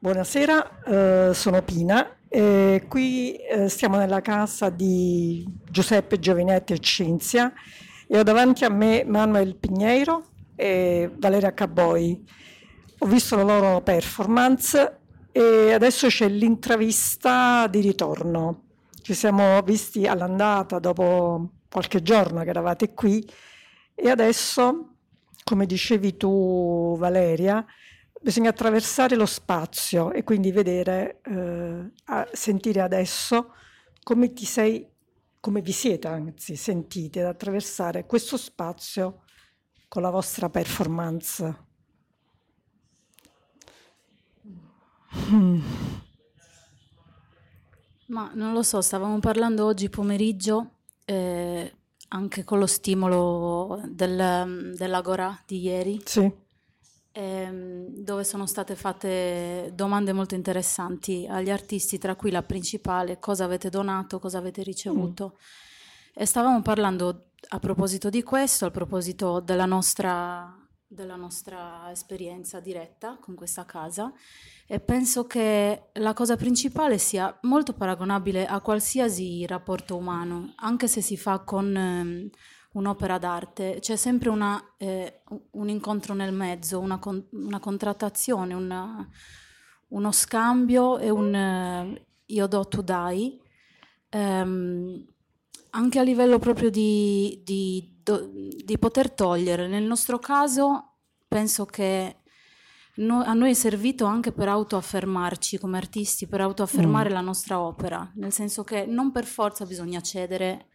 Buonasera, sono Pina e qui stiamo nella casa di Giuseppe Giovinetti e Cinzia e ho davanti a me Manuel Pinheiro e Valeria Caboi. Ho visto la loro performance e adesso c'è l'intravista di ritorno. Ci siamo visti all'andata dopo qualche giorno che eravate qui e adesso, come dicevi tu Valeria, bisogna attraversare lo spazio e quindi vedere, sentire adesso come come vi siete anzi sentiti ad attraversare questo spazio con la vostra performance. Ma non lo so, stavamo parlando oggi pomeriggio, anche con lo stimolo dell'Agora di ieri. Sì. Dove sono state fatte domande molto interessanti agli artisti, tra cui la principale: cosa avete donato, cosa avete ricevuto. E stavamo parlando a proposito di questo, a proposito della nostra esperienza diretta con questa casa, e penso che la cosa principale sia molto paragonabile a qualsiasi rapporto umano, anche se si fa con un'opera d'arte. C'è sempre un incontro nel mezzo, una contrattazione, uno scambio e un io do, tu dai, anche a livello proprio di poter togliere. Nel nostro caso penso che a noi è servito anche per autoaffermarci come artisti, per autoaffermare la nostra opera, nel senso che non per forza bisogna cedere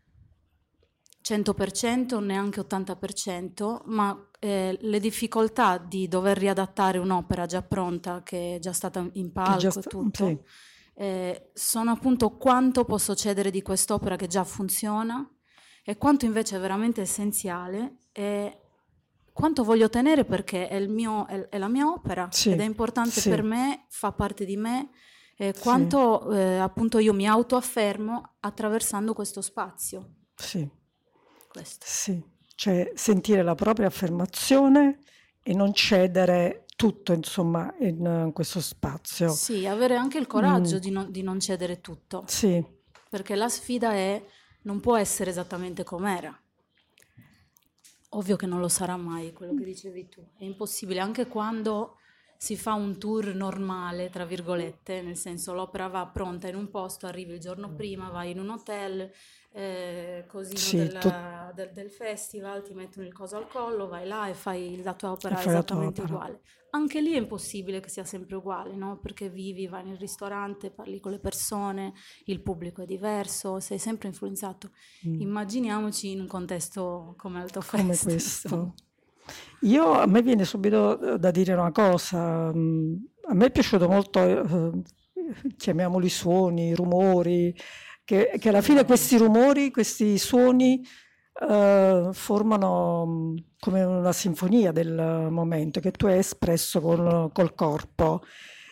100%, neanche 80%, ma le difficoltà di dover riadattare un'opera già pronta, che è già stata in palco e tutto, sì. sono appunto quanto posso cedere di quest'opera che già funziona e quanto invece è veramente essenziale e quanto voglio tenere perché è la mia opera, Sì, ed è importante sì. per me, fa parte di me, e quanto appunto io mi autoaffermo attraversando questo spazio. Sì. Questo. Sì, cioè sentire la propria affermazione e non cedere tutto, insomma, in questo spazio. Sì, avere anche il coraggio di non cedere tutto. Sì. Perché la sfida non può essere esattamente com'era. Ovvio che non lo sarà mai, quello che dicevi tu. È impossibile, anche quando si fa un tour normale, tra virgolette, nel senso l'opera va pronta in un posto, arrivi il giorno prima, vai in un hotel, così Sì, del festival, ti mettono il coso al collo, vai là e fai la tua opera fai la tua esattamente opera. uguale. Anche lì è impossibile che sia sempre uguale, no? Perché vivi, vai nel ristorante, parli con le persone, il pubblico è diverso, sei sempre influenzato. Immaginiamoci in un contesto come Altofest. Come questo. A me viene subito da dire una cosa, a me è piaciuto molto, chiamiamoli suoni, rumori, che alla fine questi rumori, questi suoni formano come una sinfonia del momento che tu hai espresso col corpo.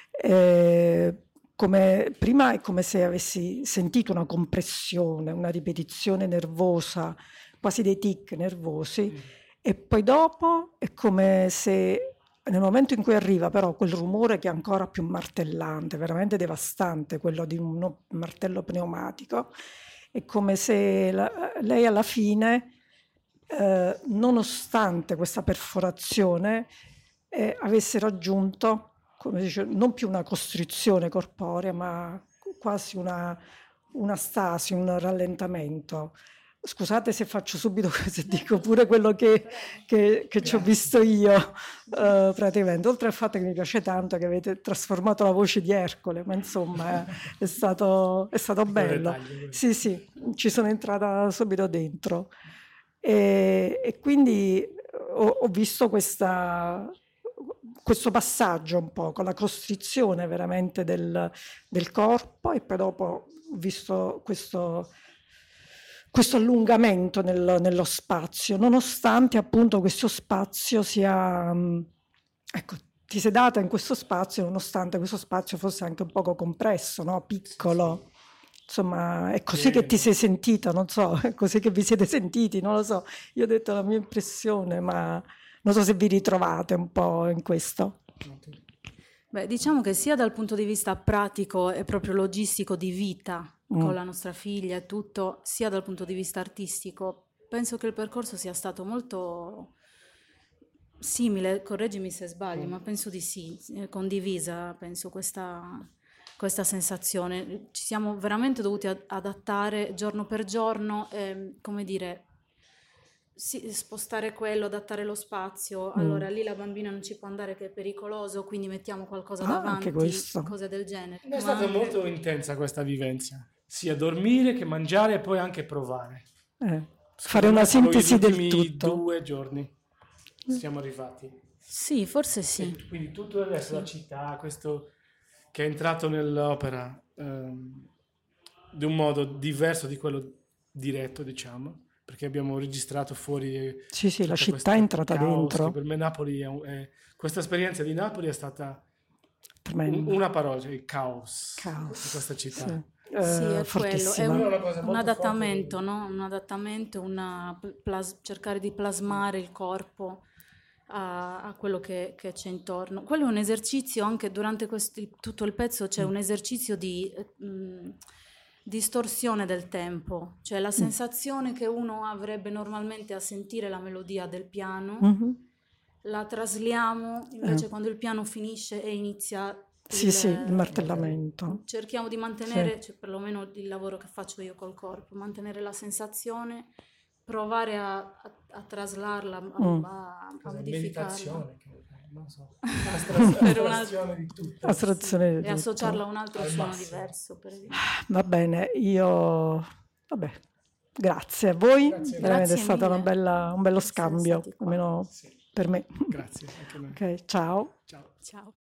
Prima è come se avessi sentito una compressione, una ripetizione nervosa, quasi dei tic nervosi, e poi dopo è come se nel momento in cui arriva però quel rumore che è ancora più martellante, veramente devastante, quello di un martello pneumatico, è come se lei alla fine, nonostante questa perforazione, avesse raggiunto, come dice, non più una costrizione corporea, ma quasi una stasi, un rallentamento. Scusate se faccio subito, se dico pure quello che ci ho visto io, praticamente, oltre al fatto che mi piace tanto che avete trasformato la voce di Ercole, ma insomma è stato bello. Sì, ci sono entrata subito dentro e quindi ho visto questo passaggio un po' con la costrizione veramente del corpo, e poi dopo ho visto questo allungamento nello spazio, nonostante appunto questo spazio sia, ecco, ti sei data in questo spazio, nonostante questo spazio fosse anche un poco compresso, no? Piccolo. Insomma, è così che ti sei sentita, non so, è così che vi siete sentiti, non lo so. Io ho detto la mia impressione, ma non so se vi ritrovate un po' in questo. Beh, diciamo che sia dal punto di vista pratico e proprio logistico di vita con la nostra figlia e tutto, sia dal punto di vista artistico, penso che il percorso sia stato molto simile, correggimi se sbaglio, ma penso di sì, condivisa, penso questa sensazione. Ci siamo veramente dovuti adattare giorno per giorno, come dire, sì, spostare quello, adattare lo spazio. Allora lì la bambina non ci può andare che è pericoloso, quindi mettiamo qualcosa anche davanti, questo. cose del genere. È stata molto intensa questa vivenza, sia dormire che mangiare e poi anche provare. Fare una sintesi del Gli ultimi tutto. 2 giorni siamo arrivati. Sì, forse sì. E quindi tutto il resto della città, questo che è entrato nell'opera di un modo diverso di quello diretto, diciamo, perché abbiamo registrato fuori. Sì, la tutta città questa è entrata caos, dentro. che per me Napoli questa esperienza di Napoli è stata Tremendo. una parola, cioè il caos di Caos. questa città. Sì. Sì, è quello, è Fortissima. una cosa un molto adattamento, forte. no? Un adattamento, cercare di plasmare il corpo a quello che c'è intorno. Quello è un esercizio, anche durante tutto il pezzo c'è un esercizio di distorsione del tempo, cioè la sensazione che uno avrebbe normalmente a sentire la melodia del piano, la trasliamo invece quando il piano finisce e inizia il martellamento. cerchiamo di mantenere, cioè perlomeno il lavoro che faccio io col corpo, mantenere la sensazione, provare a traslarla, a modificarla. Meditazione, non so, astrazione di tutto. Astrazione di E tutto. associarla a un altro suono massimo. diverso, per esempio. Va bene, vabbè, grazie a voi, Grazie. veramente Grazie è stato mille. un bello scambio, stati qua. almeno per me. Grazie, anche a me. Ok, ciao. Ciao. Ciao.